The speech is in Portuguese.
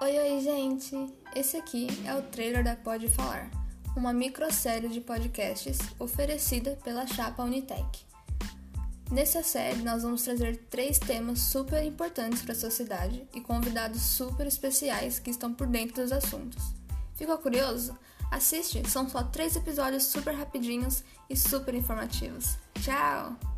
Oi, gente! Esse aqui é o trailer da Pode Falar, uma microsérie de podcasts oferecida pela Chapa Unitec. Nessa série, nós vamos trazer 3 temas super importantes para a sociedade e convidados super especiais que estão por dentro dos assuntos. Ficou curioso? Assiste, são só 3 episódios super rapidinhos e super informativos. Tchau!